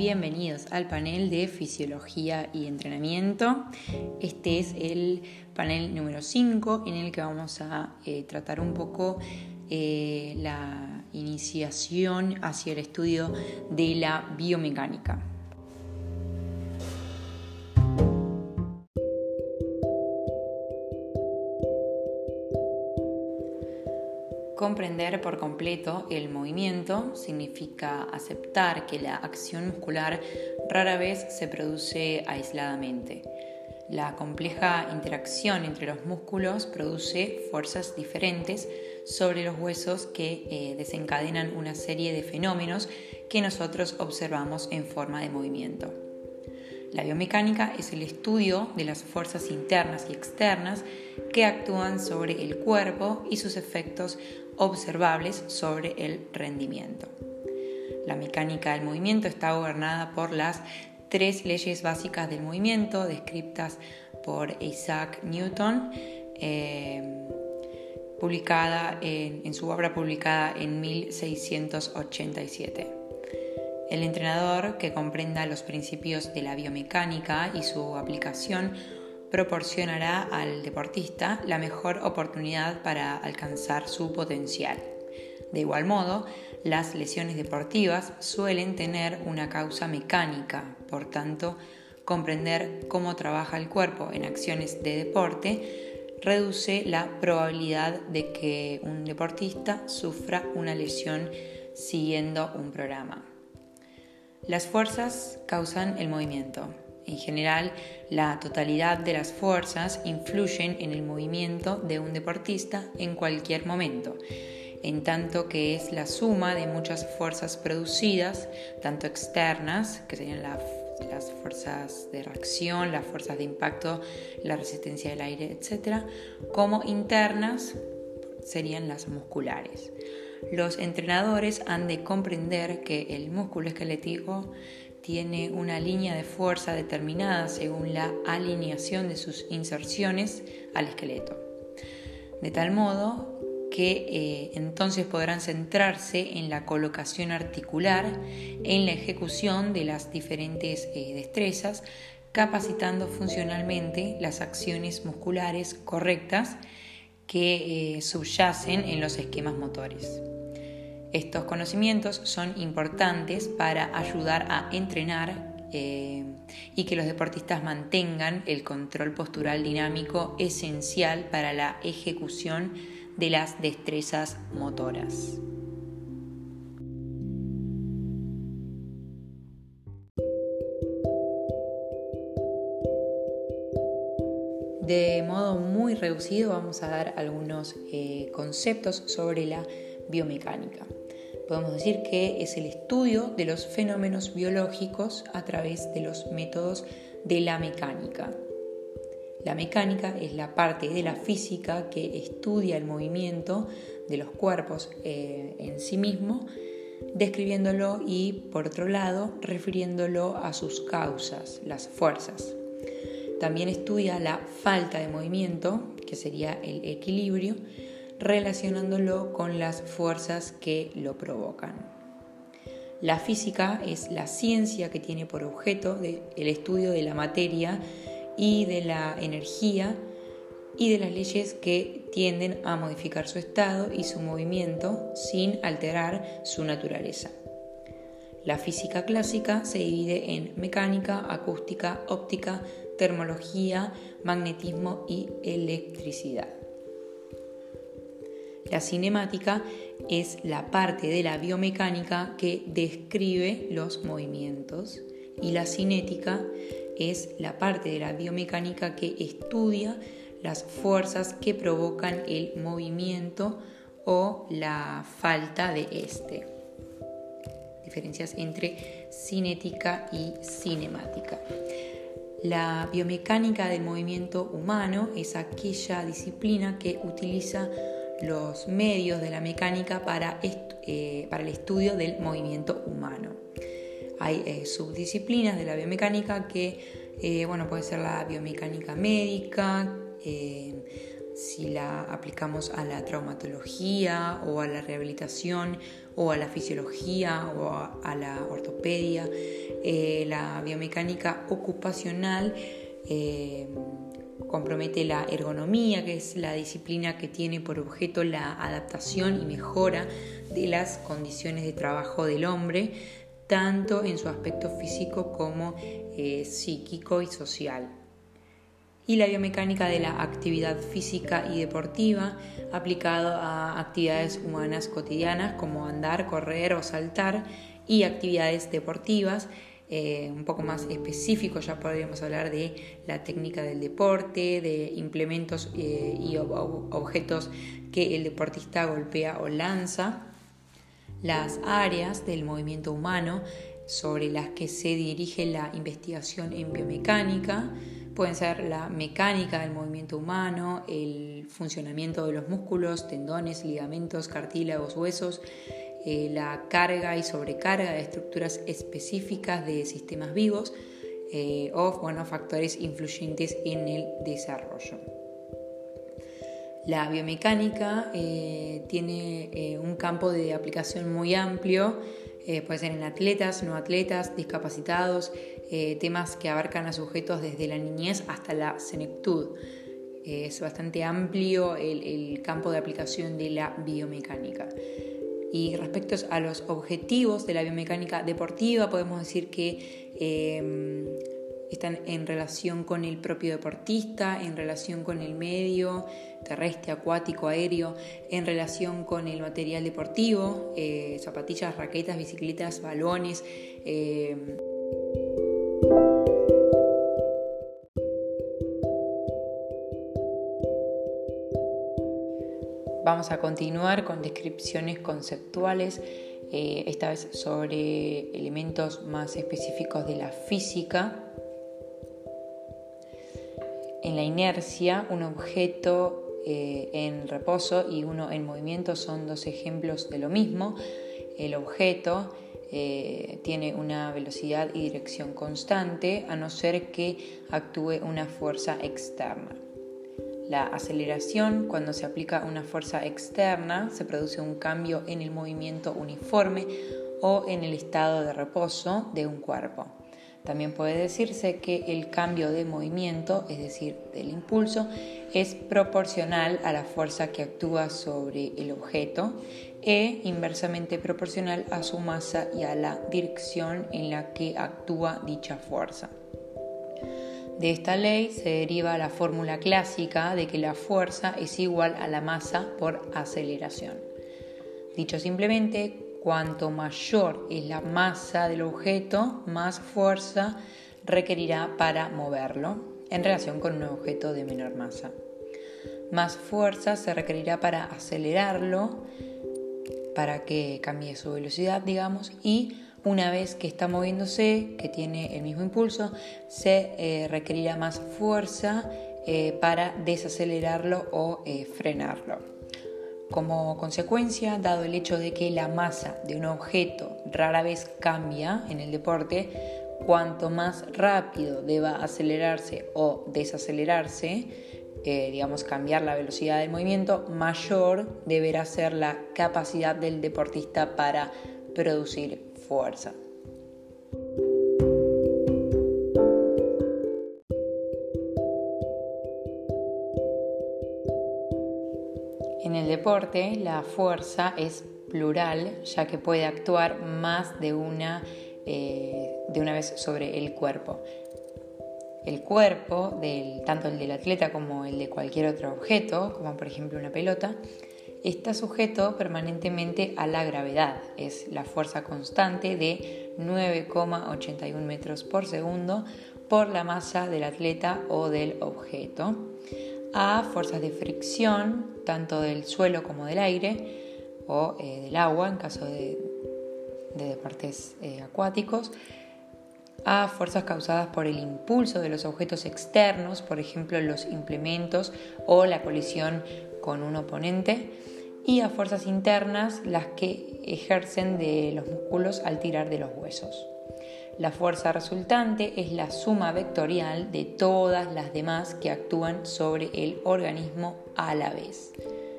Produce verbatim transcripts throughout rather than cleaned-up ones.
bienvenidos al panel de Fisiología y Entrenamiento. Este es el panel número cinco en el que vamos a eh, tratar un poco eh, la iniciación hacia el estudio de la biomecánica. Comprender por completo el movimiento significa aceptar que la acción muscular rara vez se produce aisladamente. La compleja interacción entre los músculos produce fuerzas diferentes sobre los huesos que eh, desencadenan una serie de fenómenos que nosotros observamos en forma de movimiento. La biomecánica es el estudio de las fuerzas internas y externas que actúan sobre el cuerpo y sus efectos observables sobre el rendimiento. La mecánica del movimiento está gobernada por las tres leyes básicas del movimiento descritas por Isaac Newton, eh, publicada en, en su obra publicada en mil seiscientos ochenta y siete. El entrenador que comprenda los principios de la biomecánica y su aplicación proporcionará al deportista la mejor oportunidad para alcanzar su potencial. De igual modo, las lesiones deportivas suelen tener una causa mecánica, por tanto, comprender cómo trabaja el cuerpo en acciones de deporte reduce la probabilidad de que un deportista sufra una lesión siguiendo un programa. Las fuerzas causan el movimiento. En general, la totalidad de las fuerzas influyen en el movimiento de un deportista en cualquier momento, en tanto que es la suma de muchas fuerzas producidas, tanto externas, que serían la, las fuerzas de reacción, las fuerzas de impacto, la resistencia del aire, etcétera, como internas, serían las musculares. Los entrenadores han de comprender que el músculo esquelético tiene una línea de fuerza determinada según la alineación de sus inserciones al esqueleto, de tal modo que eh, entonces podrán centrarse en la colocación articular, en la ejecución de las diferentes eh, destrezas, capacitando funcionalmente las acciones musculares correctas que eh, subyacen en los esquemas motores. Estos conocimientos son importantes para ayudar a entrenar eh, y que los deportistas mantengan el control postural dinámico esencial para la ejecución de las destrezas motoras. De modo muy reducido vamos a dar algunos eh, conceptos sobre la biomecánica. Podemos decir que es el estudio de los fenómenos biológicos a través de los métodos de la mecánica. La mecánica es la parte de la física que estudia el movimiento de los cuerpos eh, en sí mismo, describiéndolo y, por otro lado, refiriéndolo a sus causas, las fuerzas. También estudia la falta de movimiento, que sería el equilibrio, relacionándolo con las fuerzas que lo provocan. La física es la ciencia que tiene por objeto de, el estudio de la materia y de la energía y de las leyes que tienden a modificar su estado y su movimiento sin alterar su naturaleza. La física clásica se divide en mecánica, acústica, óptica, termología, magnetismo y electricidad. La cinemática es la parte de la biomecánica que describe los movimientos y la cinética es la parte de la biomecánica que estudia las fuerzas que provocan el movimiento o la falta de este. Diferencias entre cinética y cinemática. La biomecánica del movimiento humano es aquella disciplina que utiliza los medios de la mecánica para, est- eh, para el estudio del movimiento humano. Hay eh, subdisciplinas de la biomecánica que, eh, bueno, puede ser la biomecánica médica, eh, si la aplicamos a la traumatología o a la rehabilitación o a la fisiología o a, a la ortopedia. Eh, la biomecánica ocupacional eh, compromete la ergonomía, que es la disciplina que tiene por objeto la adaptación y mejora de las condiciones de trabajo del hombre, tanto en su aspecto físico como eh, psíquico y social. Y la biomecánica de la actividad física y deportiva, aplicado a actividades humanas cotidianas como andar, correr o saltar, y actividades deportivas, eh, un poco más específico. Ya podríamos hablar de la técnica del deporte, de implementos eh, y ob- objetos que el deportista golpea o lanza. Las áreas del movimiento humano sobre las que se dirige la investigación en biomecánica pueden ser la mecánica del movimiento humano, el funcionamiento de los músculos, tendones, ligamentos, cartílagos, huesos, eh, la carga y sobrecarga de estructuras específicas de sistemas vivos eh, o bueno, factores influyentes en el desarrollo. La biomecánica eh, tiene eh, un campo de aplicación muy amplio, eh, puede ser en atletas, no atletas, discapacitados, eh, temas que abarcan a sujetos desde la niñez hasta la senectud. Eh, es bastante amplio el, el campo de aplicación de la biomecánica. Y respecto a los objetivos de la biomecánica deportiva, podemos decir que eh, están en relación con el propio deportista, en relación con el medio terrestre, acuático, aéreo, en relación con el material deportivo, eh, zapatillas, raquetas, bicicletas, balones. Eh, Vamos a continuar con descripciones conceptuales, eh, esta vez sobre elementos más específicos de la física. En la inercia, un objeto eh, en reposo y uno en movimiento son dos ejemplos de lo mismo. El objeto eh, tiene una velocidad y dirección constante, a no ser que actúe una fuerza externa. La aceleración, cuando se aplica una fuerza externa, se produce un cambio en el movimiento uniforme o en el estado de reposo de un cuerpo. También puede decirse que el cambio de movimiento, es decir, del impulso, es proporcional a la fuerza que actúa sobre el objeto e inversamente proporcional a su masa y a la dirección en la que actúa dicha fuerza. De esta ley se deriva la fórmula clásica de que la fuerza es igual a la masa por aceleración. Dicho simplemente, cuanto mayor es la masa del objeto, más fuerza requerirá para moverlo, en relación con un objeto de menor masa. Más fuerza se requerirá para acelerarlo, para que cambie su velocidad, digamos, y una vez que está moviéndose, que tiene el mismo impulso, se eh, requerirá más fuerza eh, para desacelerarlo o eh, frenarlo. Como consecuencia, dado el hecho de que la masa de un objeto rara vez cambia en el deporte, cuanto más rápido deba acelerarse o desacelerarse, eh, digamos cambiar la velocidad del movimiento, mayor deberá ser la capacidad del deportista para producir fuerza. En el deporte, la fuerza es plural, ya que puede actuar más de una, eh, de una vez sobre el cuerpo. El cuerpo, del, tanto el del atleta como el de cualquier otro objeto, como por ejemplo una pelota, está sujeto permanentemente a la gravedad. Es la fuerza constante de nueve coma ochenta y uno metros por segundo por la masa del atleta o del objeto, a fuerzas de fricción, tanto del suelo como del aire o eh, del agua en caso de, de deportes eh, acuáticos, a fuerzas causadas por el impulso de los objetos externos, por ejemplo los implementos o la colisión con un oponente, y a fuerzas internas, las que ejercen de los músculos al tirar de los huesos. La fuerza resultante es la suma vectorial de todas las demás que actúan sobre el organismo a la vez.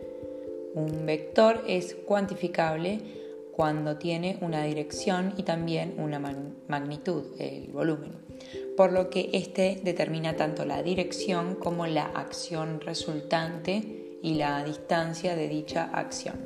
Un vector es cuantificable cuando tiene una dirección y también una magnitud, el volumen, por lo que éste determina tanto la dirección como la acción resultante y la distancia de dicha acción.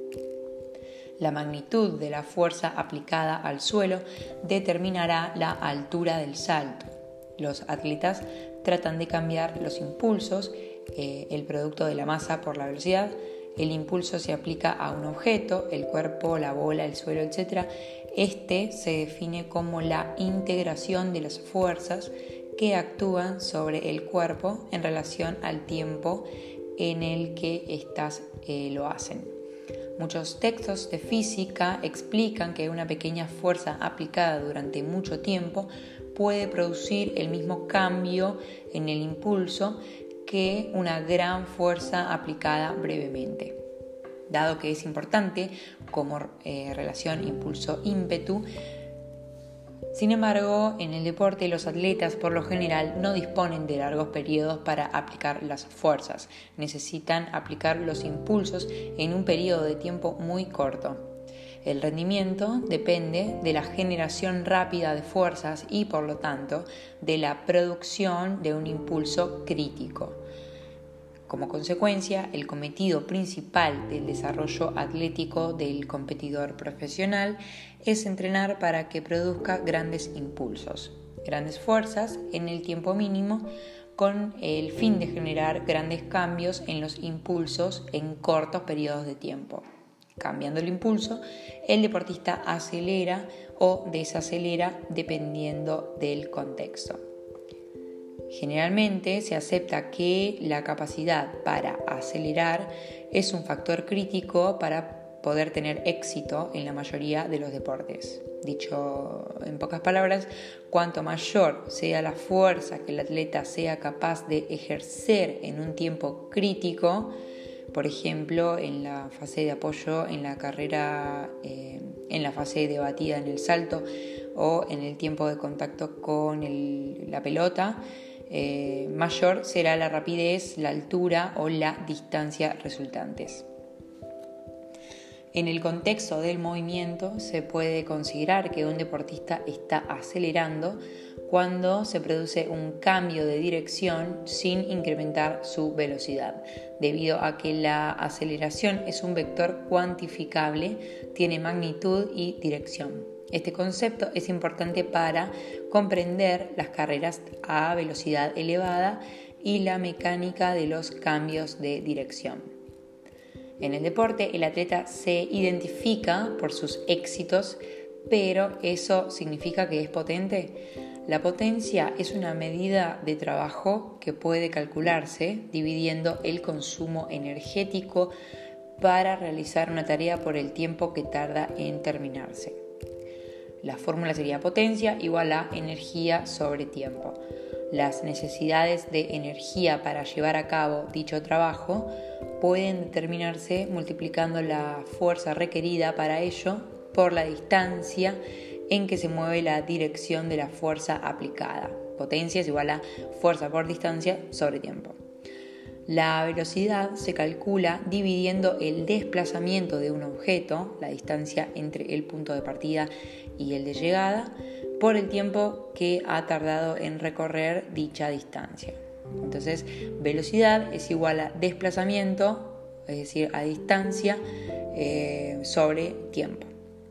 La magnitud de la fuerza aplicada al suelo determinará la altura del salto. Los atletas tratan de cambiar los impulsos, eh, el producto de la masa por la velocidad. El impulso se aplica a un objeto, el cuerpo, la bola, el suelo, etcétera. Este se define como la integración de las fuerzas que actúan sobre el cuerpo en relación al tiempo en el que éstas eh, lo hacen. Muchos textos de física explican que una pequeña fuerza aplicada durante mucho tiempo puede producir el mismo cambio en el impulso que una gran fuerza aplicada brevemente. Dado que es importante como eh, relación impulso-ímpetu, sin embargo, en el deporte los atletas por lo general no disponen de largos periodos para aplicar las fuerzas. Necesitan aplicar los impulsos en un periodo de tiempo muy corto. El rendimiento depende de la generación rápida de fuerzas y, por lo tanto, de la producción de un impulso crítico. Como consecuencia, el cometido principal del desarrollo atlético del competidor profesional es entrenar para que produzca grandes impulsos, grandes fuerzas en el tiempo mínimo, con el fin de generar grandes cambios en los impulsos en cortos periodos de tiempo. Cambiando el impulso, el deportista acelera o desacelera dependiendo del contexto. Generalmente se acepta que la capacidad para acelerar es un factor crítico para poder tener éxito en la mayoría de los deportes. Dicho en pocas palabras, cuanto mayor sea la fuerza que el atleta sea capaz de ejercer en un tiempo crítico, por ejemplo, en la fase de apoyo, en la carrera, eh, en la fase de batida en el salto o en el tiempo de contacto con el, la pelota, Eh, mayor será la rapidez, la altura o la distancia resultantes. En el contexto del movimiento se puede considerar que un deportista está acelerando cuando se produce un cambio de dirección sin incrementar su velocidad, debido a que la aceleración es un vector cuantificable, tiene magnitud y dirección. Este concepto es importante para comprender las carreras a velocidad elevada y la mecánica de los cambios de dirección. En el deporte, el atleta se identifica por sus éxitos, pero ¿eso significa que es potente? La potencia es una medida de trabajo que puede calcularse dividiendo el consumo energético para realizar una tarea por el tiempo que tarda en terminarse. La fórmula sería potencia igual a energía sobre tiempo. Las necesidades de energía para llevar a cabo dicho trabajo pueden determinarse multiplicando la fuerza requerida para ello por la distancia en que se mueve la dirección de la fuerza aplicada. Potencia es igual a fuerza por distancia sobre tiempo. La velocidad se calcula dividiendo el desplazamiento de un objeto, la distancia entre el punto de partida y el de llegada, por el tiempo que ha tardado en recorrer dicha distancia. Entonces, velocidad es igual a desplazamiento, es decir, a distancia eh, sobre tiempo.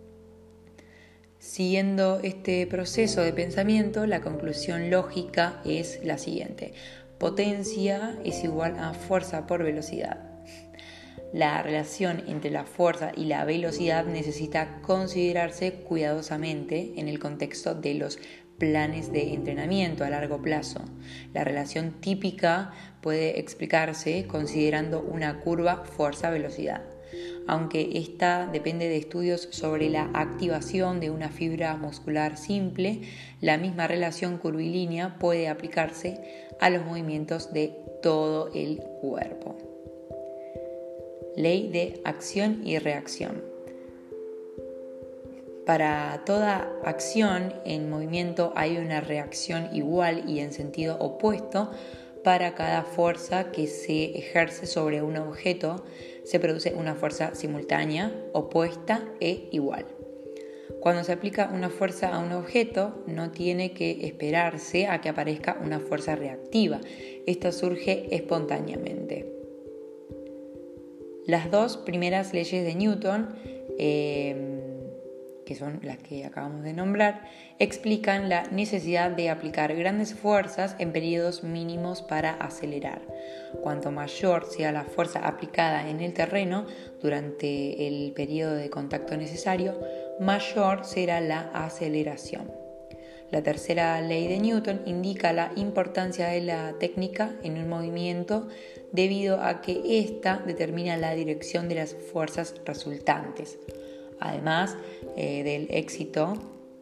Siguiendo este proceso de pensamiento, la conclusión lógica es la siguiente. Potencia es igual a fuerza por velocidad. La relación entre la fuerza y la velocidad necesita considerarse cuidadosamente en el contexto de los planes de entrenamiento a largo plazo. La relación típica puede explicarse considerando una curva fuerza-velocidad. Aunque esta depende de estudios sobre la activación de una fibra muscular simple, la misma relación curvilínea puede aplicarse a los movimientos de todo el cuerpo. Ley de acción y reacción. Para toda acción en movimiento hay una reacción igual y en sentido opuesto. Para cada fuerza que se ejerce sobre un objeto, se produce una fuerza simultánea, opuesta e igual. Cuando se aplica una fuerza a un objeto, no tiene que esperarse a que aparezca una fuerza reactiva. Esta surge espontáneamente. Las dos primeras leyes de Newton, eh, que son las que acabamos de nombrar, explican la necesidad de aplicar grandes fuerzas en periodos mínimos para acelerar. Cuanto mayor sea la fuerza aplicada en el terreno durante el periodo de contacto necesario, mayor será la aceleración. La tercera ley de Newton indica la importancia de la técnica en un movimiento debido a que ésta determina la dirección de las fuerzas resultantes. Además eh, del éxito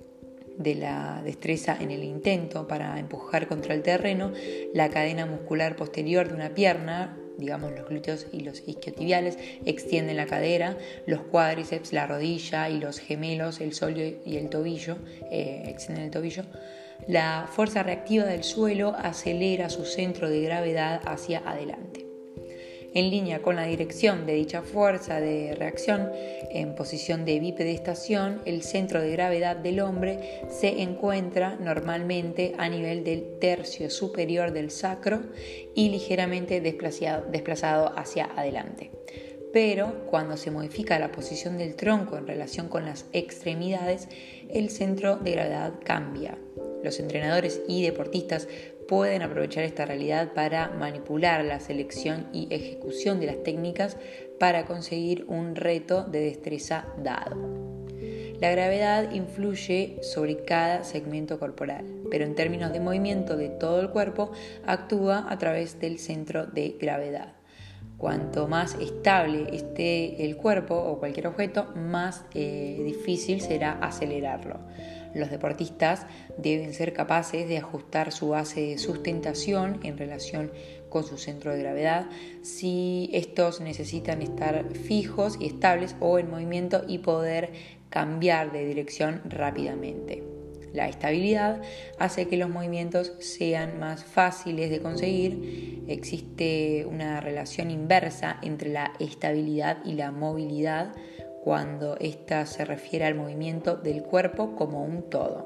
de la destreza en el intento para empujar contra el terreno, la cadena muscular posterior de una pierna, digamos los glúteos y los isquiotibiales, extienden la cadera, los cuádriceps, la rodilla y los gemelos, el sóleo y el tobillo, eh, extienden el tobillo. La fuerza reactiva del suelo acelera su centro de gravedad hacia adelante. En línea con la dirección de dicha fuerza de reacción, en posición de bipedestación, el centro de gravedad del hombre se encuentra normalmente a nivel del tercio superior del sacro y ligeramente desplazado, desplazado hacia adelante. Pero cuando se modifica la posición del tronco en relación con las extremidades, el centro de gravedad cambia. Los entrenadores y deportistas pueden aprovechar esta realidad para manipular la selección y ejecución de las técnicas para conseguir un reto de destreza dado. La gravedad influye sobre cada segmento corporal, pero en términos de movimiento de todo el cuerpo actúa a través del centro de gravedad. Cuanto más estable esté el cuerpo o cualquier objeto, más eh, difícil será acelerarlo. Los deportistas deben ser capaces de ajustar su base de sustentación en relación con su centro de gravedad si estos necesitan estar fijos y estables o en movimiento y poder cambiar de dirección rápidamente. La estabilidad hace que los movimientos sean más fáciles de conseguir. Existe una relación inversa entre la estabilidad y la movilidad cuando ésta se refiere al movimiento del cuerpo como un todo.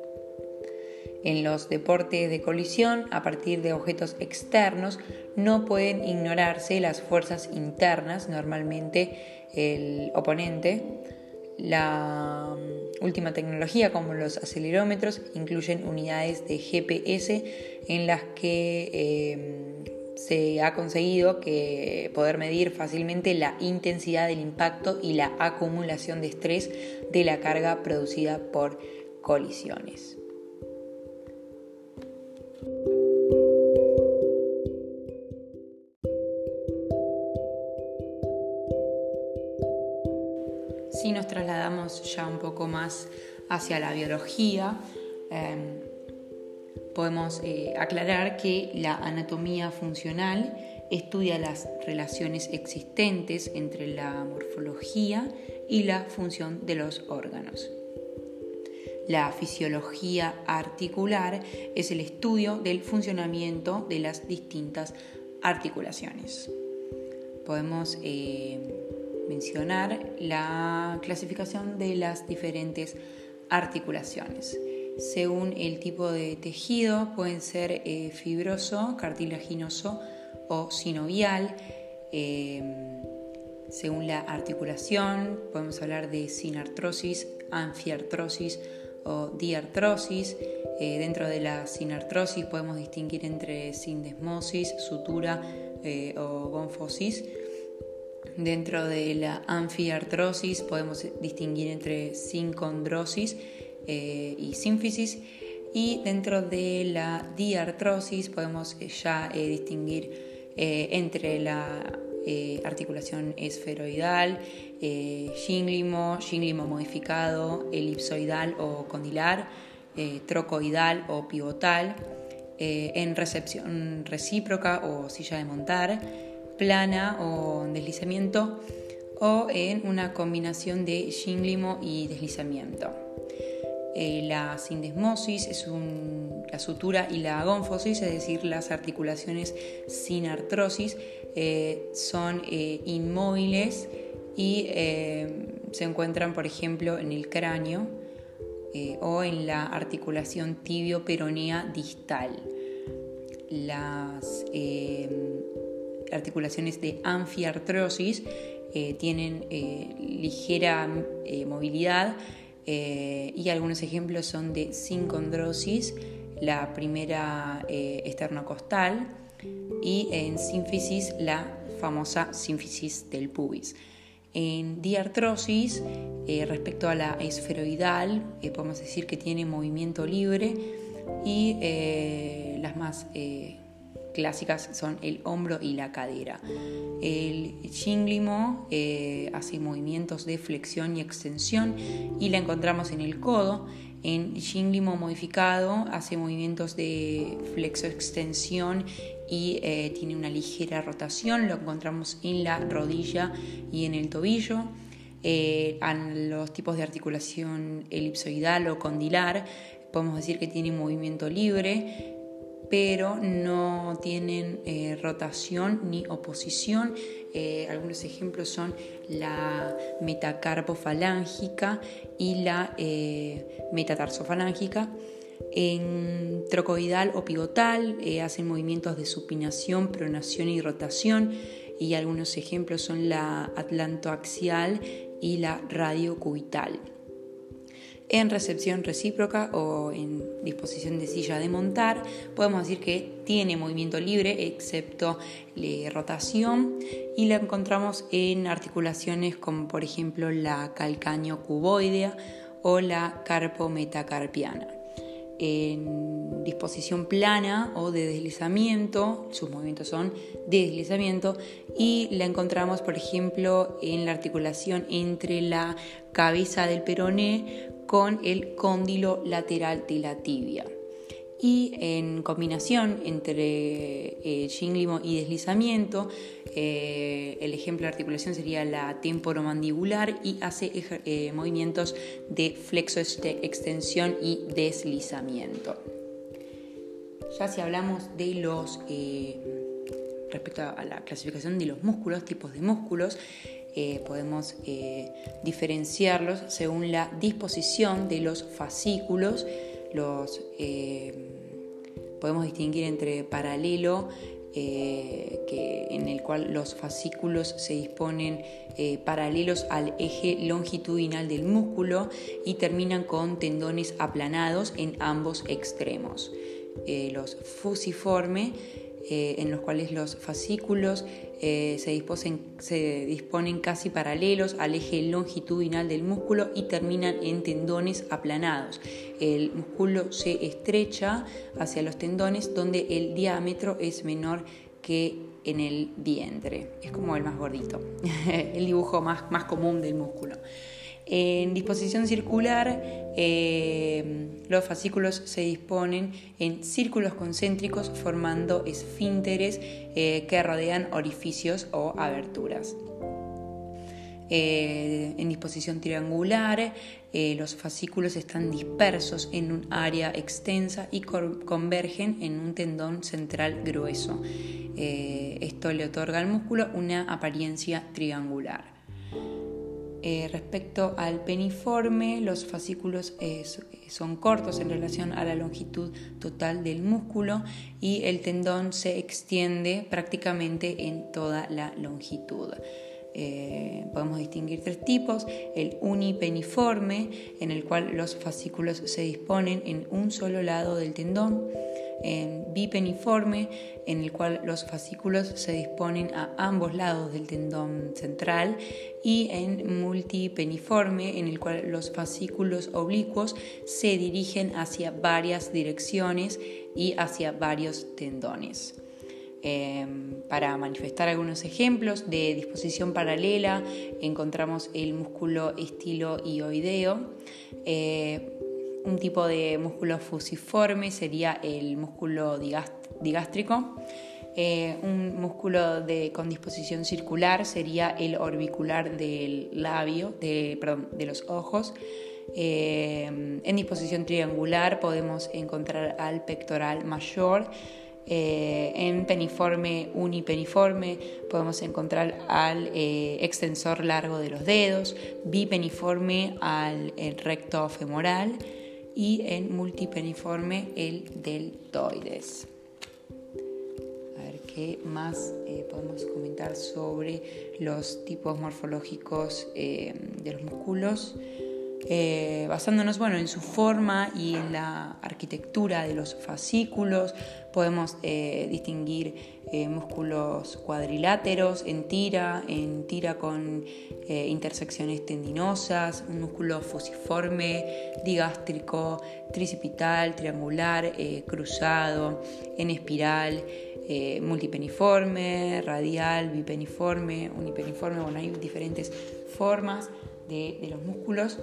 En los deportes de colisión, a partir de objetos externos, no pueden ignorarse las fuerzas internas, normalmente el oponente. La última tecnología, como los acelerómetros, incluyen unidades de G P S en las que eh, se ha conseguido que poder medir fácilmente la intensidad del impacto y la acumulación de estrés de la carga producida por colisiones. Si nos trasladamos ya un poco más hacia la biología, eh, podemos eh, aclarar que la anatomía funcional estudia las relaciones existentes entre la morfología y la función de los órganos. La fisiología articular es el estudio del funcionamiento de las distintas articulaciones. Podemos eh, mencionar la clasificación de las diferentes articulaciones. Según el tipo de tejido, pueden ser eh, fibroso, cartilaginoso o sinovial. Eh, según la articulación, podemos hablar de sinartrosis, anfiartrosis o diartrosis. Eh, dentro de la sinartrosis podemos distinguir entre sindesmosis, sutura eh, o gonfosis. Dentro de la anfiartrosis podemos distinguir entre sincondrosis eh, y sínfisis, y dentro de la diartrosis podemos eh, ya eh, distinguir eh, entre la eh, articulación esferoidal, eh, gínglimo, gínglimo modificado, elipsoidal o condilar, eh, trocoidal o pivotal, eh, en recepción recíproca o silla de montar, plana o deslizamiento, o en una combinación de gínglimo y deslizamiento. Eh, la sindesmosis es un, la sutura y la agónfosis, es decir, las articulaciones sin artrosis, eh, son eh, inmóviles y eh, se encuentran, por ejemplo, en el cráneo eh, o en la articulación tibio-peronea distal. Las eh, articulaciones de anfiartrosis eh, tienen eh, ligera eh, movilidad eh, y algunos ejemplos son de sincondrosis, la primera eh, esternocostal, y en sínfisis la famosa sínfisis del pubis. En diartrosis, eh, respecto a la esferoidal, eh, podemos decir que tiene movimiento libre y eh, las más eh, clásicas son el hombro y la cadera. El gínglimo eh, hace movimientos de flexión y extensión y la encontramos en el codo. En gínglimo modificado hace movimientos de flexo-extensión y eh, tiene una ligera rotación, lo encontramos en la rodilla y en el tobillo. Eh, en los tipos de articulación elipsoidal o condilar podemos decir que tiene movimiento libre, pero no tienen eh, rotación ni oposición. Eh, algunos ejemplos son la metacarpofalángica y la eh, metatarsofalángica. En trocoidal o pivotal eh, hacen movimientos de supinación, pronación y rotación, y algunos ejemplos son la atlantoaxial y la radiocubital. En recepción recíproca o en disposición de silla de montar, podemos decir que tiene movimiento libre excepto la rotación, y la encontramos en articulaciones como por ejemplo la calcáneo-cuboidea o la carpometacarpiana. En disposición plana o de deslizamiento, sus movimientos son de deslizamiento, y la encontramos por ejemplo en la articulación entre la cabeza del peroné con el cóndilo lateral de la tibia. Y en combinación entre eh, gínglimo y deslizamiento, eh, el ejemplo de articulación sería la temporomandibular y hace eh, movimientos de flexo-extensión y deslizamiento. Ya si hablamos de los, eh, respecto a la clasificación de los músculos, tipos de músculos, Eh, podemos eh, diferenciarlos según la disposición de los fascículos. Los, eh, podemos distinguir entre paralelo, eh, que, en el cual los fascículos se disponen eh, paralelos al eje longitudinal del músculo y terminan con tendones aplanados en ambos extremos. Eh, los fusiformes, Eh, en los cuales los fascículos eh, se, disposen, se disponen casi paralelos al eje longitudinal del músculo y terminan en tendones aplanados. El músculo se estrecha hacia los tendones, donde el diámetro es menor que en el vientre. Es como el más gordito, el dibujo más, más común del músculo. En disposición circular, eh, los fascículos se disponen en círculos concéntricos formando esfínteres eh, que rodean orificios o aberturas. Eh, en disposición triangular, eh, los fascículos están dispersos en un área extensa y cor- convergen en un tendón central grueso. Eh, esto le otorga al músculo una apariencia triangular. Eh, respecto al peniforme, los fascículos eh, son cortos en relación a la longitud total del músculo y el tendón se extiende prácticamente en toda la longitud. Eh, podemos distinguir tres tipos: el unipeniforme, en el cual los fascículos se disponen en un solo lado del tendón; en bipeniforme, en el cual los fascículos se disponen a ambos lados del tendón central; y en multipeniforme, en el cual los fascículos oblicuos se dirigen hacia varias direcciones y hacia varios tendones. Eh, para manifestar algunos ejemplos de disposición paralela, encontramos el músculo estiloioideo. Eh, un tipo de músculo fusiforme sería el músculo digástrico. Eh, un músculo de, con disposición circular sería el orbicular del labio, de, perdón, de los ojos. Eh, en disposición triangular podemos encontrar al pectoral mayor. Eh, en peniforme unipeniforme podemos encontrar al eh, extensor largo de los dedos, bipeniforme al el recto femoral y en multipeniforme el deltoides. A ver qué más eh, podemos comentar sobre los tipos morfológicos eh, de los músculos. Eh, basándonos bueno, en su forma y en la arquitectura de los fascículos, podemos eh, distinguir eh, músculos cuadriláteros en tira, en tira con eh, intersecciones tendinosas, un músculo fusiforme, digástrico, tricipital, triangular, eh, cruzado, en espiral, eh, multipeniforme, radial, bipeniforme, unipeniforme. Bueno, hay diferentes formas de, de los músculos.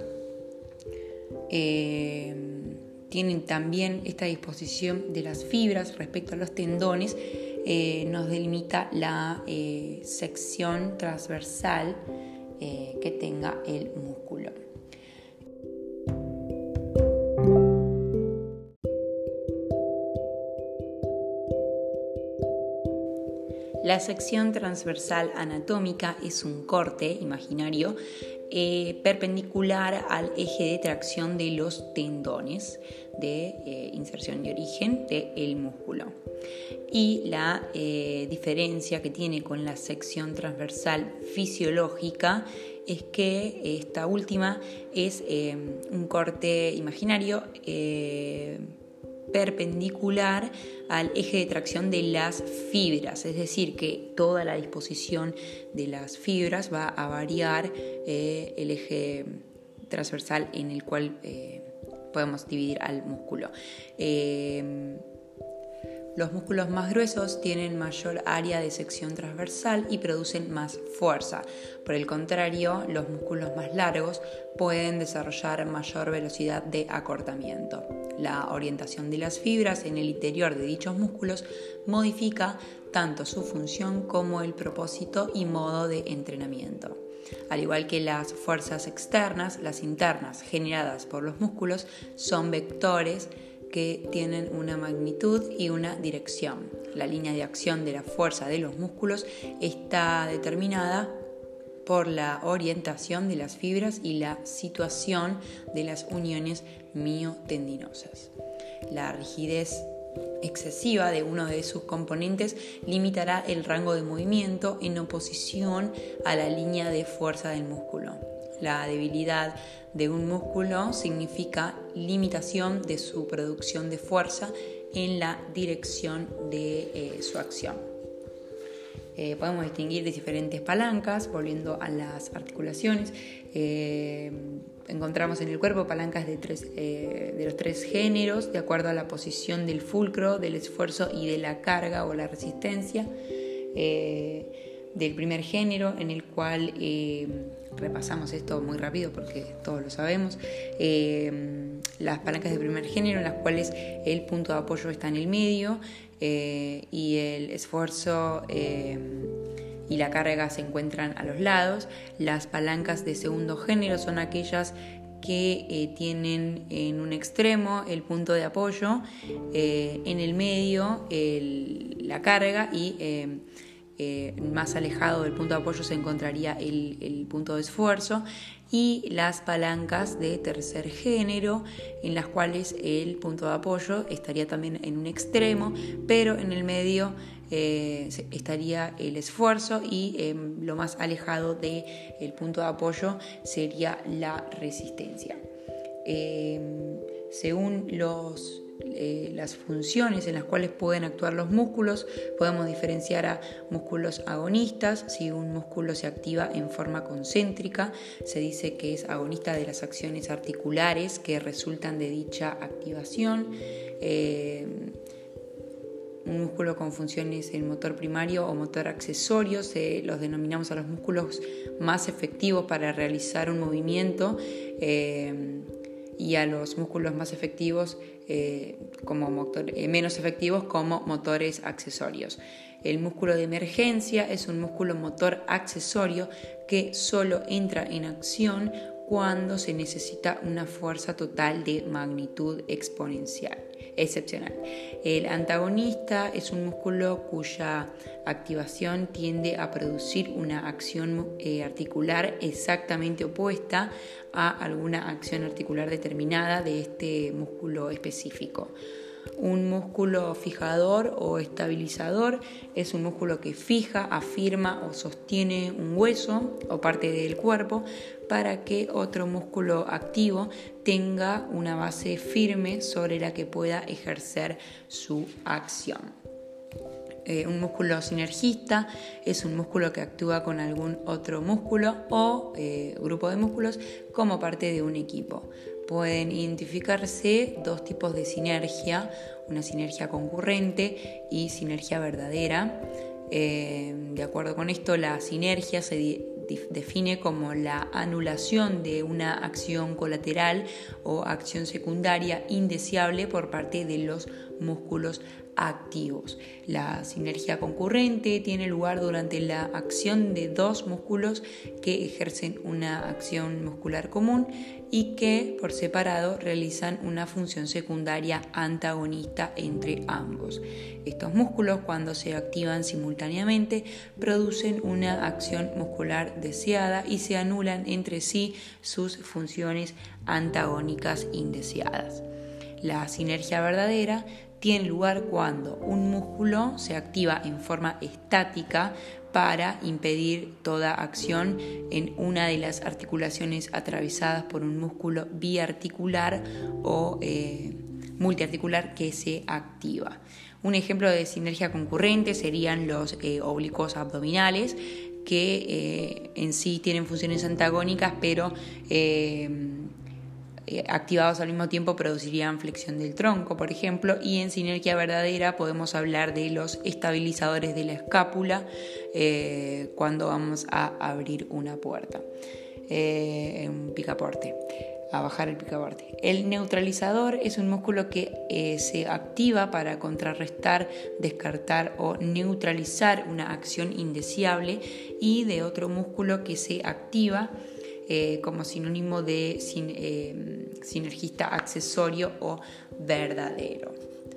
Eh, tienen también esta disposición de las fibras respecto a los tendones, eh, nos delimita la eh, sección transversal eh, que tenga el músculo. La sección transversal anatómica es un corte imaginario eh, perpendicular al eje de tracción de los tendones de eh, inserción y origen del músculo. Y la eh, diferencia que tiene con la sección transversal fisiológica es que esta última es eh, un corte imaginario eh, perpendicular al eje de tracción de las fibras, es decir, que toda la disposición de las fibras va a variar eh, el eje transversal en el cual eh, podemos dividir al músculo. Eh, Los músculos más gruesos tienen mayor área de sección transversal y producen más fuerza. Por el contrario, los músculos más largos pueden desarrollar mayor velocidad de acortamiento. La orientación de las fibras en el interior de dichos músculos modifica tanto su función como el propósito y modo de entrenamiento. Al igual que las fuerzas externas, las internas generadas por los músculos son vectores que tienen una magnitud y una dirección. La línea de acción de la fuerza de los músculos está determinada por la orientación de las fibras y la situación de las uniones miotendinosas. La rigidez excesiva de uno de sus componentes limitará el rango de movimiento en oposición a la línea de fuerza del músculo. La debilidad de un músculo significa limitación de su producción de fuerza en la dirección de eh, su acción. Eh, podemos distinguir de diferentes palancas, volviendo a las articulaciones. Eh, encontramos en el cuerpo palancas de, tres, eh, de los tres géneros, de acuerdo a la posición del fulcro, del esfuerzo y de la carga o la resistencia. Eh, del primer género, en el cual eh, repasamos esto muy rápido porque todos lo sabemos, eh, las palancas de primer género en las cuales el punto de apoyo está en el medio eh, y el esfuerzo eh, y la carga se encuentran a los lados. Las palancas de segundo género son aquellas que eh, tienen en un extremo el punto de apoyo, eh, en el medio el, la carga y eh, Eh, más alejado del punto de apoyo se encontraría el, el punto de esfuerzo, y las palancas de tercer género en las cuales el punto de apoyo estaría también en un extremo, pero en el medio eh, estaría el esfuerzo y eh, lo más alejado del punto de apoyo sería la resistencia. Eh, según los Eh, las funciones en las cuales pueden actuar los músculos, podemos diferenciar a músculos agonistas. Si un músculo se activa en forma concéntrica, se dice que es agonista de las acciones articulares que resultan de dicha activación. Eh, un músculo con funciones en motor primario o motor accesorio, se los denominamos a los músculos más efectivos para realizar un movimiento. Eh, y a los músculos más efectivos eh, como motor, eh, menos efectivos como motores accesorios. El músculo de emergencia es un músculo motor accesorio que solo entra en acción cuando se necesita una fuerza total de magnitud exponencial, excepcional. El antagonista es un músculo cuya activación tiende a producir una acción eh, articular exactamente opuesta a alguna acción articular determinada de este músculo específico. Un músculo fijador o estabilizador es un músculo que fija, afirma o sostiene un hueso o parte del cuerpo para que otro músculo activo tenga una base firme sobre la que pueda ejercer su acción. Eh, un músculo sinergista es un músculo que actúa con algún otro músculo o eh, grupo de músculos como parte de un equipo. Pueden identificarse dos tipos de sinergia, una sinergia concurrente y sinergia verdadera. Eh, de acuerdo con esto, la sinergia se di- define como la anulación de una acción colateral o acción secundaria indeseable por parte de los músculos activos. La sinergia concurrente tiene lugar durante la acción de dos músculos que ejercen una acción muscular común y que por separado realizan una función secundaria antagonista entre ambos. Estos músculos, cuando se activan simultáneamente, producen una acción muscular deseada y se anulan entre sí sus funciones antagónicas indeseadas. La sinergia verdadera tiene lugar cuando un músculo se activa en forma estática para impedir toda acción en una de las articulaciones atravesadas por un músculo biarticular o eh, multiarticular que se activa. Un ejemplo de sinergia concurrente serían los eh, oblicuos abdominales, que eh, en sí tienen funciones antagónicas, pero eh, activados al mismo tiempo producirían flexión del tronco, por ejemplo, y en sinergia verdadera podemos hablar de los estabilizadores de la escápula eh, cuando vamos a abrir una puerta, eh, un picaporte, a bajar el picaporte. El neutralizador es un músculo que eh, se activa para contrarrestar, descartar o neutralizar una acción indeseable, y de otro músculo que se activa Eh, como sinónimo de sin, eh, sinergista accesorio o verdadero.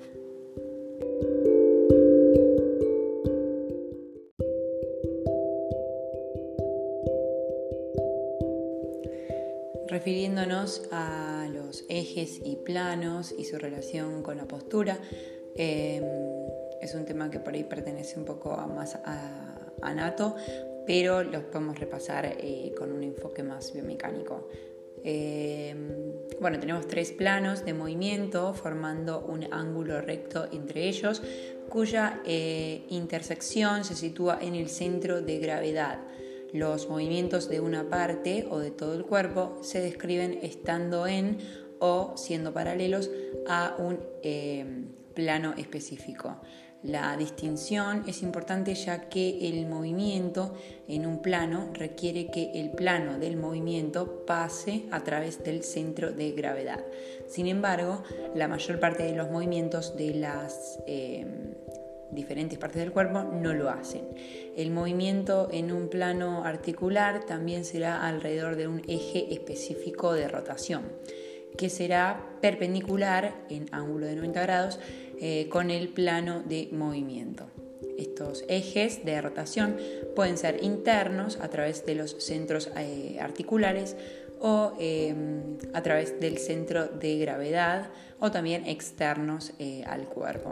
Refiriéndonos a los ejes y planos y su relación con la postura, eh, es un tema que por ahí pertenece un poco a más a, a anato, pero los podemos repasar eh, con un enfoque más biomecánico. Eh, bueno, tenemos tres planos de movimiento formando un ángulo recto entre ellos, cuya eh, intersección se sitúa en el centro de gravedad. Los movimientos de una parte o de todo el cuerpo se describen estando en o siendo paralelos a un eh, plano específico. La distinción es importante ya que el movimiento en un plano requiere que el plano del movimiento pase a través del centro de gravedad. Sin embargo, la mayor parte de los movimientos de las eh, diferentes partes del cuerpo no lo hacen. El movimiento en un plano articular también será alrededor de un eje específico de rotación, que será perpendicular en ángulo de noventa grados eh, con el plano de movimiento. Estos ejes de rotación pueden ser internos a través de los centros eh, articulares o eh, a través del centro de gravedad, o también externos eh, al cuerpo.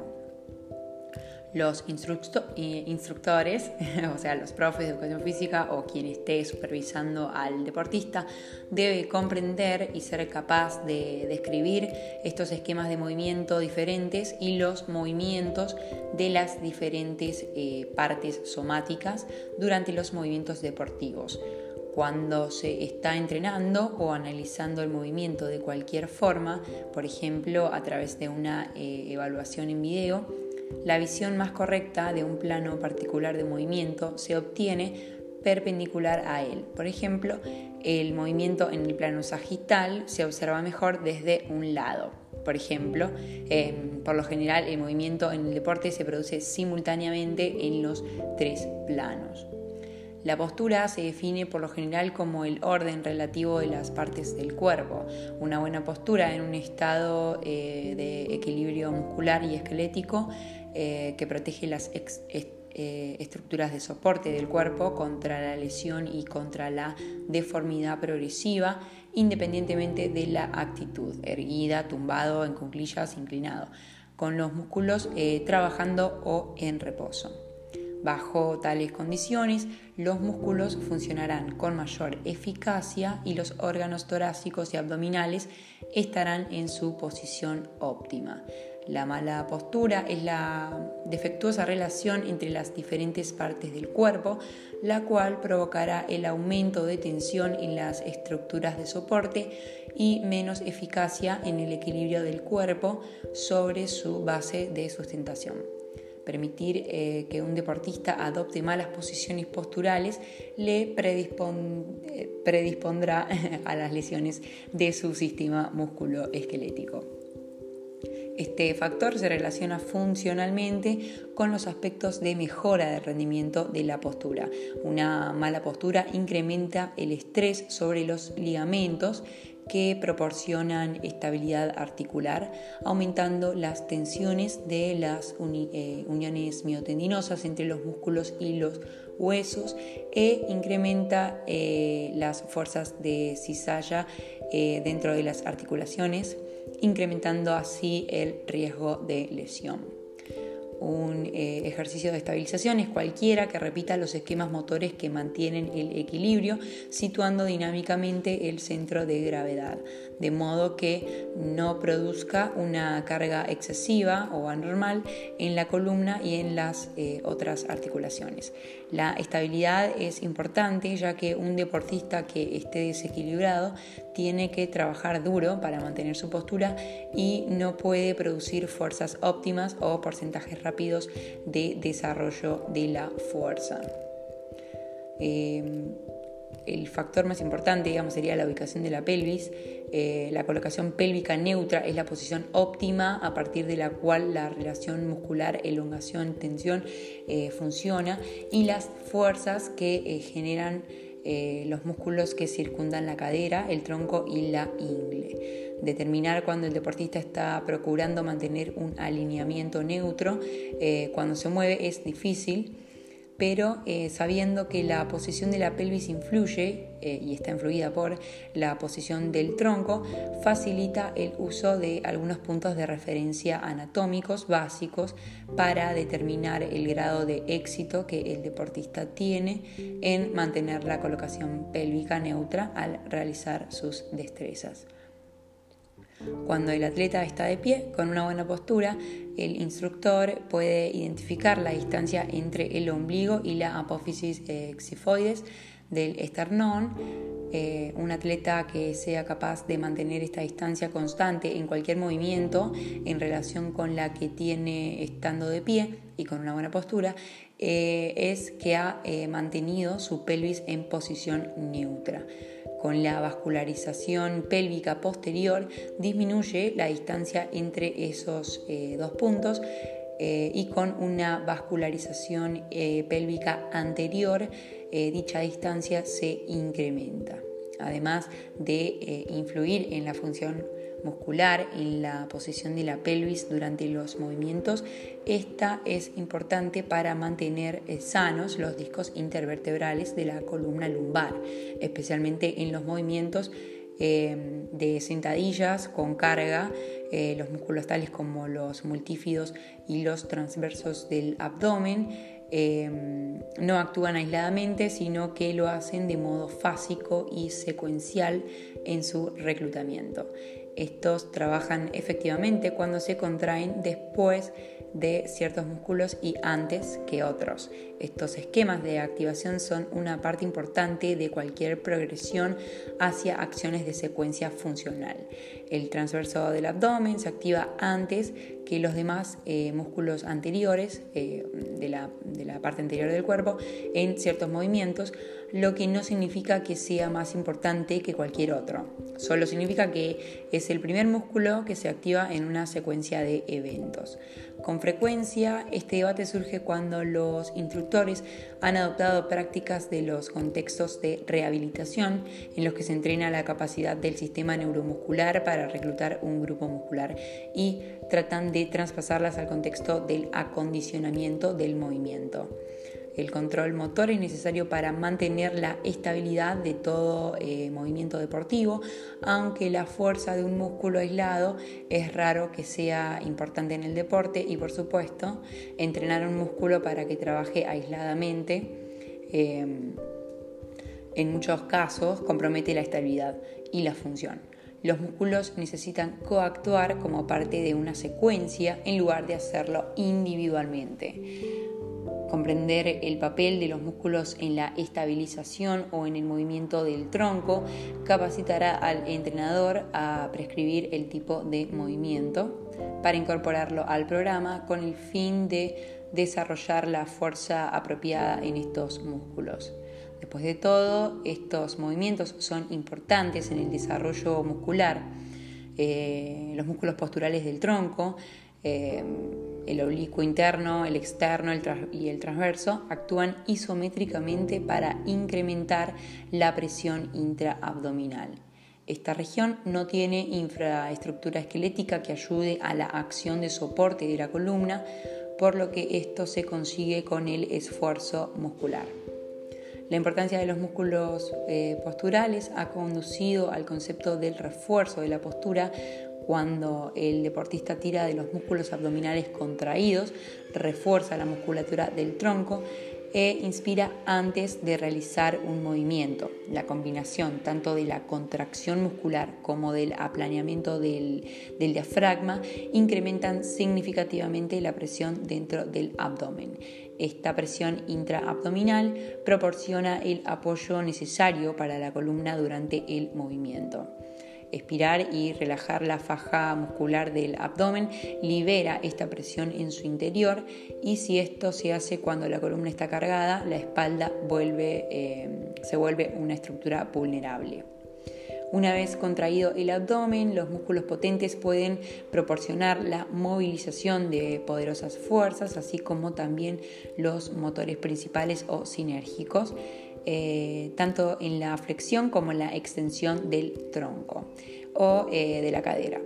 Los instructo- instructores, o sea, los profes de educación física o quien esté supervisando al deportista, debe comprender y ser capaz de describir estos esquemas de movimiento diferentes y los movimientos de las diferentes eh, partes somáticas durante los movimientos deportivos. Cuando se está entrenando o analizando el movimiento de cualquier forma, por ejemplo, a través de una eh, evaluación en video, la visión más correcta de un plano particular de movimiento se obtiene perpendicular a él. Por ejemplo, el movimiento en el plano sagital se observa mejor desde un lado. Por ejemplo, eh, por lo general el movimiento en el deporte se produce simultáneamente en los tres planos. La postura se define por lo general como el orden relativo de las partes del cuerpo. Una buena postura en un estado eh, de equilibrio muscular y esquelético eh, que protege las ex, est, eh, estructuras de soporte del cuerpo contra la lesión y contra la deformidad progresiva, independientemente de la actitud, erguida, tumbado, en cuclillas, inclinado, con los músculos eh, trabajando o en reposo. Bajo tales condiciones, los músculos funcionarán con mayor eficacia y los órganos torácicos y abdominales estarán en su posición óptima. La mala postura es la defectuosa relación entre las diferentes partes del cuerpo, la cual provocará el aumento de tensión en las estructuras de soporte y menos eficacia en el equilibrio del cuerpo sobre su base de sustentación. Permitir eh, que un deportista adopte malas posiciones posturales le predispon- eh, predispondrá a las lesiones de su sistema musculoesquelético. Este factor se relaciona funcionalmente con los aspectos de mejora del rendimiento de la postura. Una mala postura incrementa el estrés sobre los ligamentos que proporcionan estabilidad articular, aumentando las tensiones de las uni- eh, uniones miotendinosas entre los músculos y los huesos e incrementa eh, las fuerzas de cizalla eh, dentro de las articulaciones, incrementando así el riesgo de lesión. Un eh, ejercicio de estabilización es cualquiera que repita los esquemas motores que mantienen el equilibrio, situando dinámicamente el centro de gravedad, de modo que no produzca una carga excesiva o anormal en la columna y en las eh, otras articulaciones. La estabilidad es importante, ya que un deportista que esté desequilibrado tiene que trabajar duro para mantener su postura y no puede producir fuerzas óptimas o porcentajes rápidos de desarrollo de la fuerza. Eh, el factor más importante, digamos, sería la ubicación de la pelvis. Eh, la colocación pélvica neutra es la posición óptima a partir de la cual la relación muscular, elongación-tensión eh, funciona, y las fuerzas que eh, generan eh, los músculos que circundan la cadera, el tronco y la ingle. Determinar cuando el deportista está procurando mantener un alineamiento neutro eh, cuando se mueve es difícil, pero eh, sabiendo que la posición de la pelvis influye eh, y está influida por la posición del tronco, facilita el uso de algunos puntos de referencia anatómicos básicos para determinar el grado de éxito que el deportista tiene en mantener la colocación pélvica neutra al realizar sus destrezas. Cuando el atleta está de pie, con una buena postura, el instructor puede identificar la distancia entre el ombligo y la apófisis eh, xifoides del esternón. Eh, un atleta que sea capaz de mantener esta distancia constante en cualquier movimiento en relación con la que tiene estando de pie y con una buena postura, eh, es que ha eh, mantenido su pelvis en posición neutra. Con la vascularización pélvica posterior disminuye la distancia entre esos eh, dos puntos eh, y con una vascularización eh, pélvica anterior eh, dicha distancia se incrementa. Además de eh, influir en la función muscular, en la posición de la pelvis durante los movimientos, esta es importante para mantener eh, sanos los discos intervertebrales de la columna lumbar, especialmente en los movimientos eh, de sentadillas con carga. Eh, los músculos tales como los multífidos y los transversos del abdomen Eh, no actúan aisladamente, sino que lo hacen de modo fásico y secuencial en su reclutamiento. Estos trabajan efectivamente cuando se contraen después de ciertos músculos y antes que otros. Estos esquemas de activación son una parte importante de cualquier progresión hacia acciones de secuencia funcional. El transverso del abdomen se activa antes que los demás eh, músculos anteriores eh, de, la, de la parte anterior del cuerpo en ciertos movimientos, lo que no significa que sea más importante que cualquier otro. Solo significa que es el primer músculo que se activa en una secuencia de eventos. Con frecuencia, este debate surge cuando los instructores han adoptado prácticas de los contextos de rehabilitación en los que se entrena la capacidad del sistema neuromuscular para reclutar un grupo muscular y tratan de traspasarlas al contexto del acondicionamiento del movimiento. El control motor es necesario para mantener la estabilidad de todo eh, movimiento deportivo, aunque la fuerza de un músculo aislado es raro que sea importante en el deporte y, por supuesto, entrenar un músculo para que trabaje aisladamente eh, en muchos casos compromete la estabilidad y la función. Los músculos necesitan coactuar como parte de una secuencia en lugar de hacerlo individualmente. Comprender el papel de los músculos en la estabilización o en el movimiento del tronco capacitará al entrenador a prescribir el tipo de movimiento para incorporarlo al programa con el fin de desarrollar la fuerza apropiada en estos músculos. Después de todo, estos movimientos son importantes en el desarrollo muscular. Eh, los músculos posturales del tronco, eh, el oblicuo interno, el externo el tra- y el transverso, actúan isométricamente para incrementar la presión intraabdominal. Esta región no tiene infraestructura esquelética que ayude a la acción de soporte de la columna, por lo que esto se consigue con el esfuerzo muscular. La importancia de los músculos eh, posturales ha conducido al concepto del refuerzo de la postura. Cuando el deportista tira de los músculos abdominales contraídos, refuerza la musculatura del tronco e inspira antes de realizar un movimiento. La combinación tanto de la contracción muscular como del aplaneamiento del, del diafragma incrementan significativamente la presión dentro del abdomen. Esta presión intraabdominal proporciona el apoyo necesario para la columna durante el movimiento. Expirar y relajar la faja muscular del abdomen libera esta presión en su interior, y si esto se hace cuando la columna está cargada, la espalda vuelve, eh, se vuelve una estructura vulnerable. Una vez contraído el abdomen, los músculos potentes pueden proporcionar la movilización de poderosas fuerzas, así como también los motores principales o sinérgicos, Eh, tanto en la flexión como en la extensión del tronco o eh, de la cadera.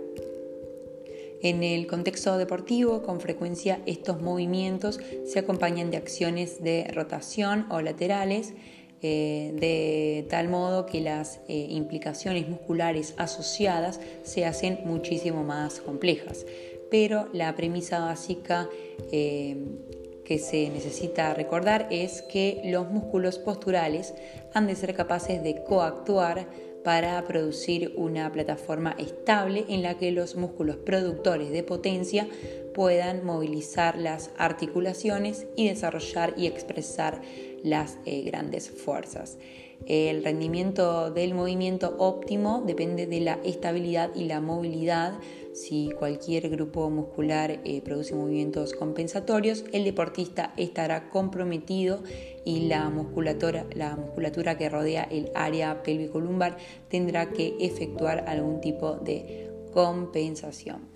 En el contexto deportivo, con frecuencia estos movimientos se acompañan de acciones de rotación o laterales, eh, de tal modo que las eh, implicaciones musculares asociadas se hacen muchísimo más complejas. Pero la premisa básica eh, que se necesita recordar es que los músculos posturales han de ser capaces de coactuar para producir una plataforma estable en la que los músculos productores de potencia puedan movilizar las articulaciones y desarrollar y expresar las eh, grandes fuerzas. El rendimiento del movimiento óptimo depende de la estabilidad y la movilidad. Si cualquier grupo muscular eh, produce movimientos compensatorios, el deportista estará comprometido y la musculatura, la musculatura que rodea el área pélvico-lumbar tendrá que efectuar algún tipo de compensación.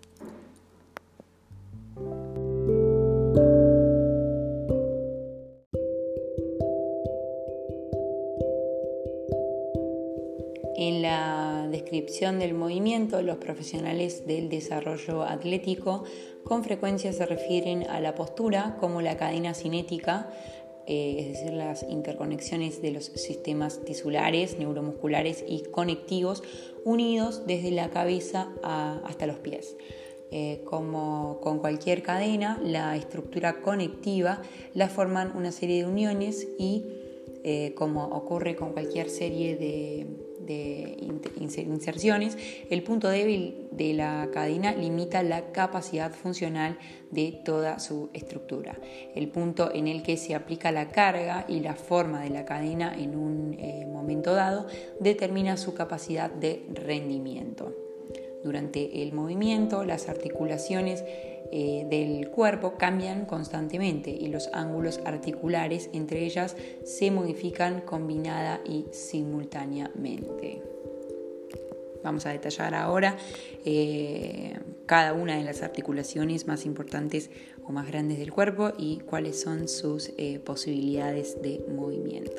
En la descripción del movimiento, los profesionales del desarrollo atlético con frecuencia se refieren a la postura como la cadena cinética, eh, es decir, las interconexiones de los sistemas tisulares, neuromusculares y conectivos unidos desde la cabeza a, hasta los pies. Eh, como con cualquier cadena, la estructura conectiva la forman una serie de uniones y, eh, como ocurre con cualquier serie de de inserciones, el punto débil de la cadena limita la capacidad funcional de toda su estructura. El punto en el que se aplica la carga y la forma de la cadena en un eh, momento dado determina su capacidad de rendimiento. Durante el movimiento, las articulaciones eh, del cuerpo cambian constantemente y los ángulos articulares entre ellas se modifican combinada y simultáneamente. Vamos a detallar ahora eh, cada una de las articulaciones más importantes o más grandes del cuerpo y cuáles son sus eh, posibilidades de movimiento.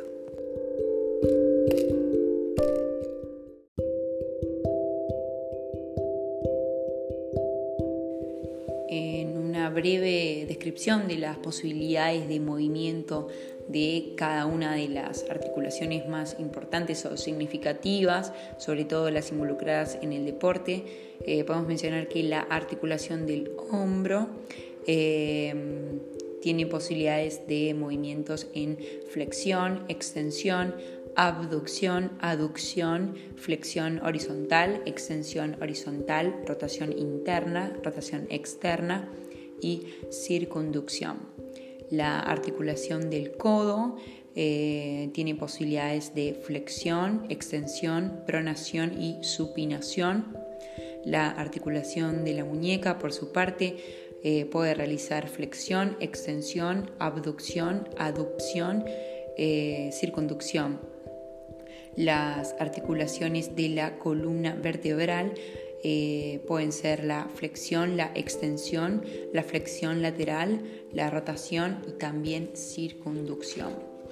En una breve descripción de las posibilidades de movimiento de cada una de las articulaciones más importantes o significativas, sobre todo las involucradas en el deporte, eh, podemos mencionar que la articulación del hombro eh, tiene posibilidades de movimientos en flexión, extensión, abducción, aducción, flexión horizontal, extensión horizontal, rotación interna, rotación externa y circunducción. La articulación del codo eh, tiene posibilidades de flexión, extensión, pronación y supinación. La articulación de la muñeca, por su parte, eh, puede realizar flexión, extensión, abducción, aducción, eh, circunducción. Las articulaciones de la columna vertebral eh, pueden ser la flexión, la extensión, la flexión lateral, la rotación y también circunducción.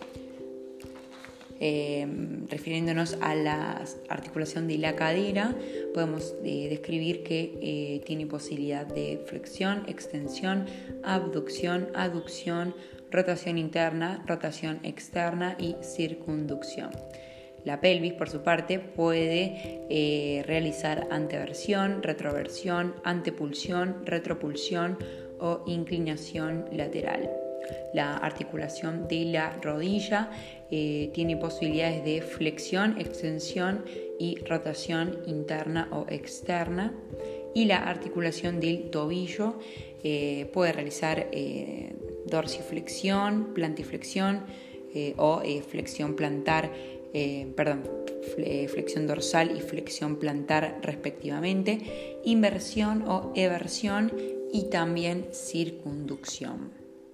Eh, refiriéndonos a la articulación de la cadera, podemos eh, describir que eh, tiene posibilidad de flexión, extensión, abducción, aducción, rotación interna, rotación externa y circunducción. La pelvis, por su parte, puede eh, realizar anteversión, retroversión, antepulsión, retropulsión o inclinación lateral. La articulación de la rodilla eh, tiene posibilidades de flexión, extensión y rotación interna o externa. Y la articulación del tobillo eh, puede realizar eh, dorsiflexión, plantiflexión eh, o eh, flexión plantar, eh, perdón, flexión dorsal y flexión plantar respectivamente, inversión o eversión y también circunducción.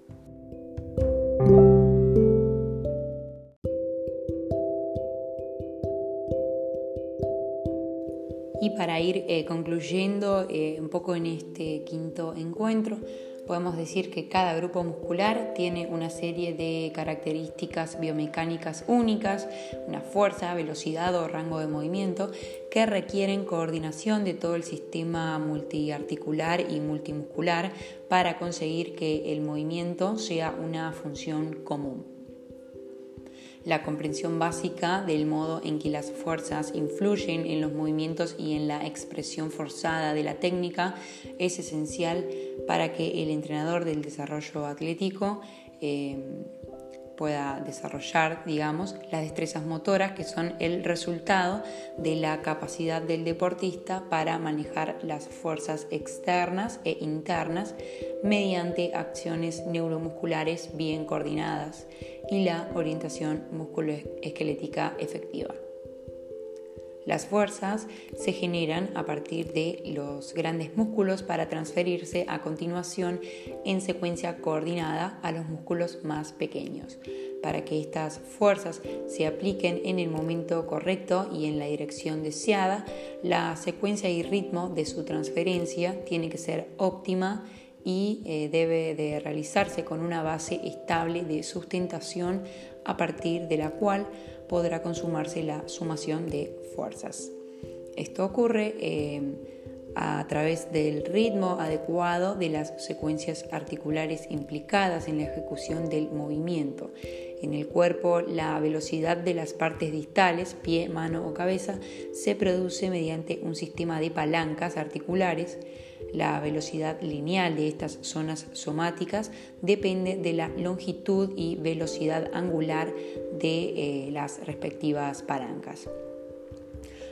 Y para ir eh, concluyendo eh, un poco en este quinto encuentro, podemos decir que cada grupo muscular tiene una serie de características biomecánicas únicas, una fuerza, velocidad o rango de movimiento que requieren coordinación de todo el sistema multiarticular y multimuscular para conseguir que el movimiento sea una función común. La comprensión básica del modo en que las fuerzas influyen en los movimientos y en la expresión forzada de la técnica es esencial para que el entrenador del desarrollo atlético eh, pueda desarrollar, digamos, las destrezas motoras que son el resultado de la capacidad del deportista para manejar las fuerzas externas e internas mediante acciones neuromusculares bien coordinadas y la orientación musculoesquelética efectiva. Las fuerzas se generan a partir de los grandes músculos para transferirse a continuación en secuencia coordinada a los músculos más pequeños. Para que estas fuerzas se apliquen en el momento correcto y en la dirección deseada, la secuencia y ritmo de su transferencia tiene que ser óptima y eh, debe de realizarse con una base estable de sustentación a partir de la cual podrá consumarse la sumación de fuerzas. Esto ocurre eh, a través del ritmo adecuado de las secuencias articulares implicadas en la ejecución del movimiento. En el cuerpo, la velocidad de las partes distales, pie, mano o cabeza, se produce mediante un sistema de palancas articulares. La velocidad lineal de estas zonas somáticas depende de la longitud y velocidad angular de eh, las respectivas palancas.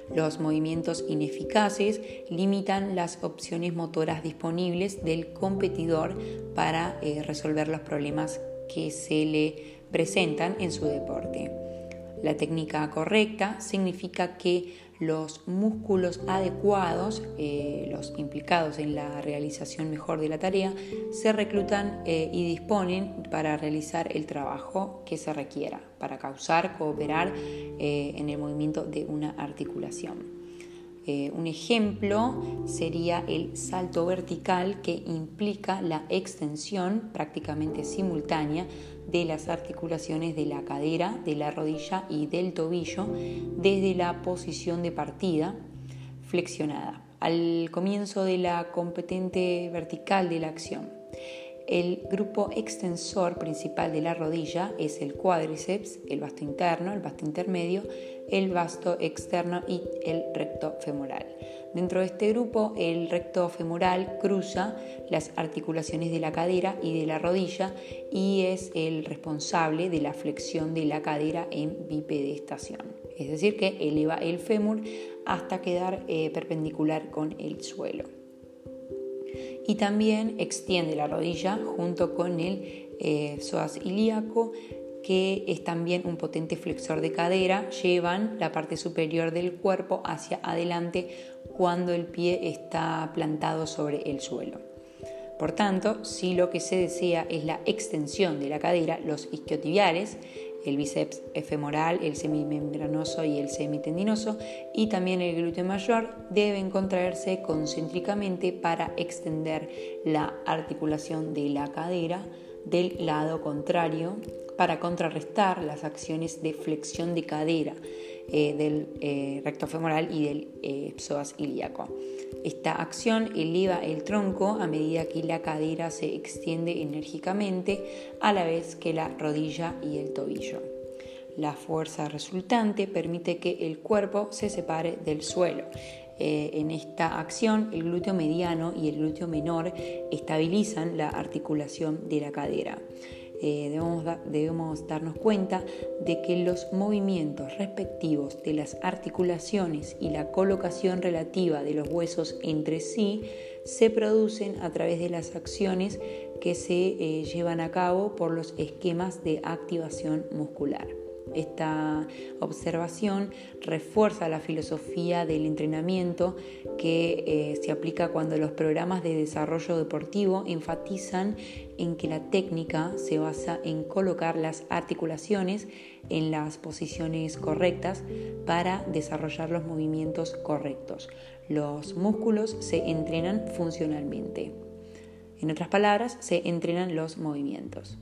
Los movimientos ineficaces limitan las opciones motoras disponibles del competidor para eh, resolver los problemas que se le presentan en su deporte. La técnica correcta significa que los músculos adecuados, eh, los implicados en la realización mejor de la tarea, se reclutan eh, y disponen para realizar el trabajo que se requiera, para causar, cooperar eh, en el movimiento de una articulación. Eh, un ejemplo sería el salto vertical, que implica la extensión prácticamente simultánea de las articulaciones de la cadera, de la rodilla y del tobillo desde la posición de partida flexionada al comienzo de la competente vertical de la acción. El grupo extensor principal de la rodilla es el cuádriceps, el vasto interno, el vasto intermedio, el vasto externo y el recto femoral. Dentro de este grupo, el recto femoral cruza las articulaciones de la cadera y de la rodilla y es el responsable de la flexión de la cadera en bipedestación. Es decir, que eleva el fémur hasta quedar eh, perpendicular con el suelo. Y también extiende la rodilla junto con el eh, psoas ilíaco, que es también un potente flexor de cadera. Llevan la parte superior del cuerpo hacia adelante cuando el pie está plantado sobre el suelo. Por tanto, si lo que se desea es la extensión de la cadera, los isquiotibiales, el bíceps femoral, el semimembranoso y el semitendinoso, y también el glúteo mayor, deben contraerse concéntricamente para extender la articulación de la cadera del lado contrario, para contrarrestar las acciones de flexión de cadera eh, del eh, recto femoral y del eh, psoas ilíaco. Esta acción eleva el tronco a medida que la cadera se extiende enérgicamente, a la vez que la rodilla y el tobillo. La fuerza resultante permite que el cuerpo se separe del suelo. Eh, en esta acción, el glúteo mediano y el glúteo menor estabilizan la articulación de la cadera. Eh, debemos, da, debemos darnos cuenta de que los movimientos respectivos de las articulaciones y la colocación relativa de los huesos entre sí se producen a través de las acciones que se eh, llevan a cabo por los esquemas de activación muscular. Esta observación refuerza la filosofía del entrenamiento que eh, se aplica cuando los programas de desarrollo deportivo enfatizan en que la técnica se basa en colocar las articulaciones en las posiciones correctas para desarrollar los movimientos correctos. Los músculos se entrenan funcionalmente. En otras palabras, se entrenan los movimientos.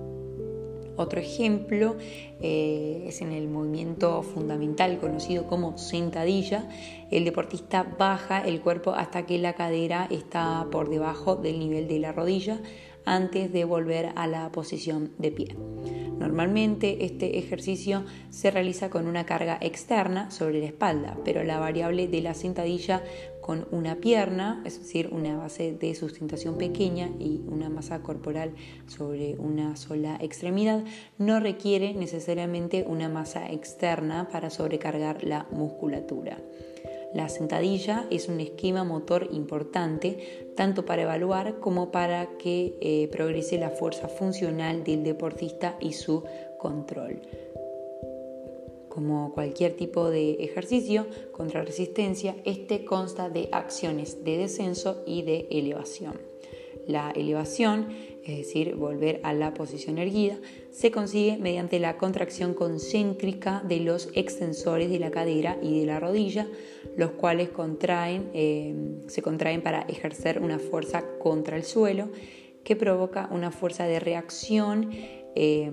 Otro ejemplo eh, es en el movimiento fundamental conocido como sentadilla. El deportista baja el cuerpo hasta que la cadera está por debajo del nivel de la rodilla antes de volver a la posición de pie. Normalmente este ejercicio se realiza con una carga externa sobre la espalda, pero la variable de la sentadilla con una pierna, es decir, una base de sustentación pequeña y una masa corporal sobre una sola extremidad, no requiere necesariamente una masa externa para sobrecargar la musculatura. La sentadilla es un esquema motor importante tanto para evaluar como para que eh, progrese la fuerza funcional del deportista y su control. Como cualquier tipo de ejercicio contra resistencia, este consta de acciones de descenso y de elevación. La elevación, es decir, volver a la posición erguida, se consigue mediante la contracción concéntrica de los extensores de la cadera y de la rodilla, los cuales contraen, eh, se contraen para ejercer una fuerza contra el suelo que provoca una fuerza de reacción eh,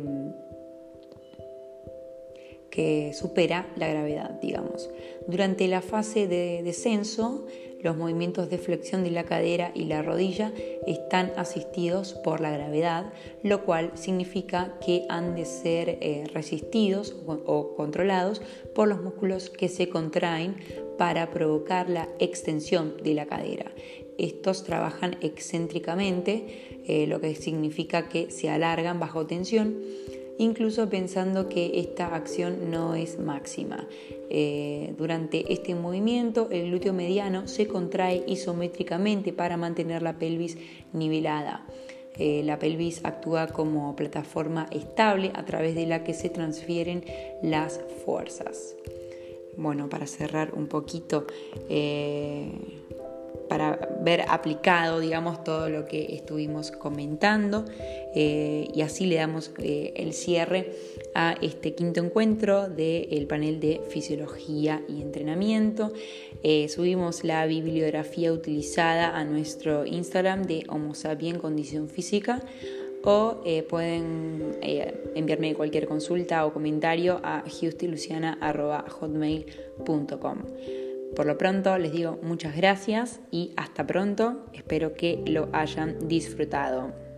que supera la gravedad, digamos. Durante la fase de descenso, los movimientos de flexión de la cadera y la rodilla están asistidos por la gravedad, lo cual significa que han de ser eh, resistidos o, o controlados por los músculos que se contraen para provocar la extensión de la cadera. Estos trabajan excéntricamente, eh, lo que significa que se alargan bajo tensión, incluso pensando que esta acción no es máxima. Eh, durante este movimiento, el glúteo mediano se contrae isométricamente para mantener la pelvis nivelada. Eh, la pelvis actúa como plataforma estable a través de la que se transfieren las fuerzas. Bueno, para cerrar un poquito, eh, para ver aplicado, digamos, todo lo que estuvimos comentando, eh, y así le damos eh, el cierre a este quinto encuentro del panel de fisiología y entrenamiento. Eh, subimos la bibliografía utilizada a nuestro Instagram de Homo Sapien Condición Física, o eh, pueden eh, enviarme cualquier consulta o comentario a justiluciana arroba hotmail punto com. Por lo pronto les digo muchas gracias y hasta pronto. Espero que lo hayan disfrutado.